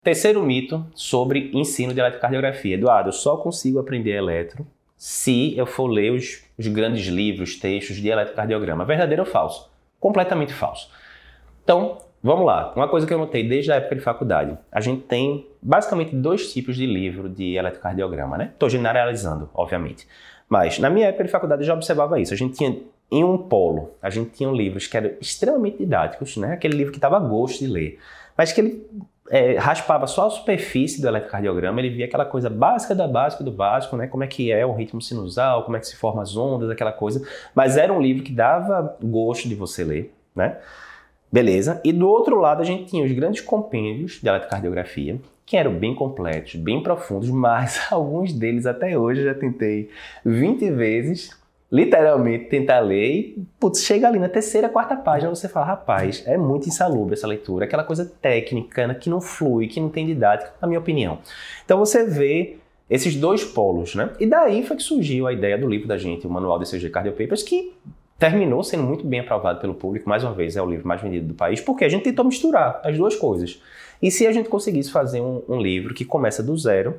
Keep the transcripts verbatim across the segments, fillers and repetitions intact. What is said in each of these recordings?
Terceiro mito sobre ensino de eletrocardiografia. Eduardo, eu só consigo aprender eletro se eu for ler os, os grandes livros, textos de eletrocardiograma. Verdadeiro ou falso? Completamente falso. Então, vamos lá. Uma coisa que eu notei desde a época de faculdade. A gente tem basicamente dois tipos de livro de eletrocardiograma, né? Estou generalizando, obviamente. Mas na minha época de faculdade eu já observava isso. A gente tinha, em um polo, a gente tinha livros que eram extremamente didáticos, né? Aquele livro que dava gosto de ler, mas que ele É, raspava só a superfície do eletrocardiograma, ele via aquela coisa básica da básica do básico, né? Como é que é o ritmo sinusal, como é que se formam as ondas, aquela coisa. Mas era um livro que dava gosto de você ler, né? Beleza. E do outro lado a gente tinha os grandes compêndios de eletrocardiografia, que eram bem completos, bem profundos, mas alguns deles até hoje eu já tentei vinte vezes, literalmente, tentar ler e, putz, chega ali na terceira, quarta página, você fala, rapaz, é muito insalubre essa leitura, aquela coisa técnica, né, que não flui, que não tem didática, na minha opinião. Então você vê esses dois polos, né? E daí foi que surgiu a ideia do livro da gente, o Manual de E C G Cardio Papers, que terminou sendo muito bem aprovado pelo público, mais uma vez é o livro mais vendido do país, porque a gente tentou misturar as duas coisas. E se a gente conseguisse fazer um, um livro que começa do zero,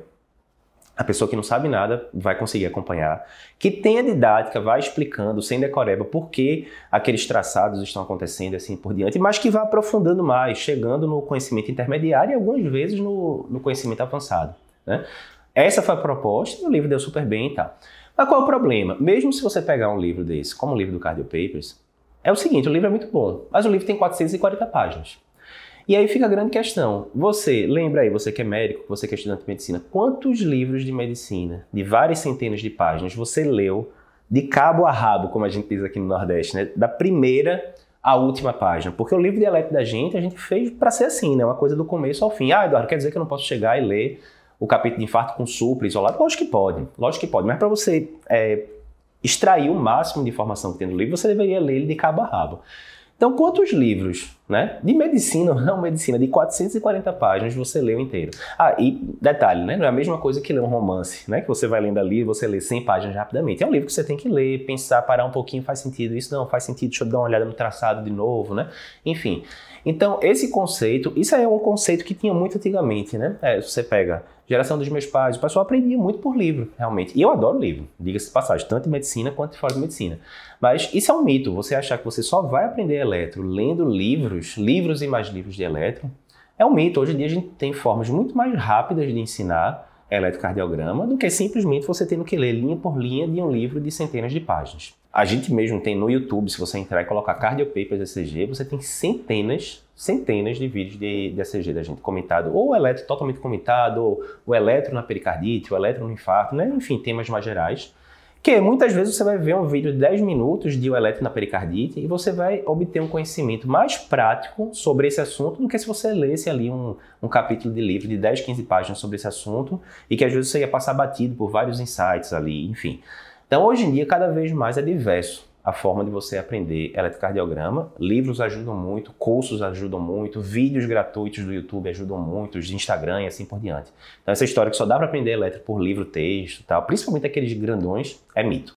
a pessoa que não sabe nada vai conseguir acompanhar, que tenha didática, vai explicando sem decoreba por que aqueles traçados estão acontecendo assim por diante, mas que vá aprofundando mais, chegando no conhecimento intermediário e algumas vezes no, no conhecimento avançado, né? Essa foi a proposta e o livro deu super bem e tal. Mas qual é o problema? Mesmo se você pegar um livro desse, como o livro do Cardio Papers, é o seguinte, o livro é muito bom, mas o livro tem quatrocentas e quarenta páginas. E aí fica a grande questão. Você, lembra aí, você que é médico, você que é estudante de medicina, quantos livros de medicina, de várias centenas de páginas, você leu de cabo a rabo, como a gente diz aqui no Nordeste, né? Da primeira à última página? Porque o livro de eletro da gente, a gente fez para ser assim, né? Uma coisa do começo ao fim. Ah, Eduardo, quer dizer que eu não posso chegar e ler o capítulo de infarto com supra, isolado? Lógico que pode, lógico que pode. Mas para você é, extrair o máximo de informação que tem no livro, você deveria ler ele de cabo a rabo. Então, quantos livros, né, de medicina, não medicina, de quatrocentas e quarenta páginas você leu inteiro? Ah, e detalhe, né, não é a mesma coisa que ler um romance, né, que você vai lendo ali e você lê cem páginas rapidamente. É um livro que você tem que ler, pensar, parar um pouquinho, faz sentido isso? Não, faz sentido, deixa eu dar uma olhada no traçado de novo, né? Enfim, então esse conceito, isso é um conceito que tinha muito antigamente, né? É, você pega geração dos meus pais, o pessoal aprendia muito por livro, realmente. E eu adoro livro, diga-se de passagem, tanto em medicina quanto fora de medicina. Mas isso é um mito, você achar que você só vai aprender eletro lendo livros, livros e mais livros de eletro, é um mito. Hoje em dia a gente tem formas muito mais rápidas de ensinar eletrocardiograma do que simplesmente você tendo que ler linha por linha de um livro de centenas de páginas. A gente mesmo tem no YouTube, se você entrar e colocar Cardio Papers E C G, você tem centenas, centenas de vídeos de, de E C G da gente comentado, ou o eletro totalmente comentado, ou o eletro na pericardite, o eletro no infarto, né? Enfim, temas mais gerais. Que muitas vezes você vai ver um vídeo de dez minutos de o eletro na pericardite e você vai obter um conhecimento mais prático sobre esse assunto do que se você lesse ali um, um capítulo de livro de dez, quinze páginas sobre esse assunto e que às vezes você ia passar batido por vários insights ali, enfim. Então, hoje em dia, cada vez mais é diverso a forma de você aprender eletrocardiograma. Livros ajudam muito, cursos ajudam muito, vídeos gratuitos do YouTube ajudam muito, os de Instagram e assim por diante. Então, essa história que só dá para aprender eletro por livro, texto e tal, principalmente aqueles grandões, é mito.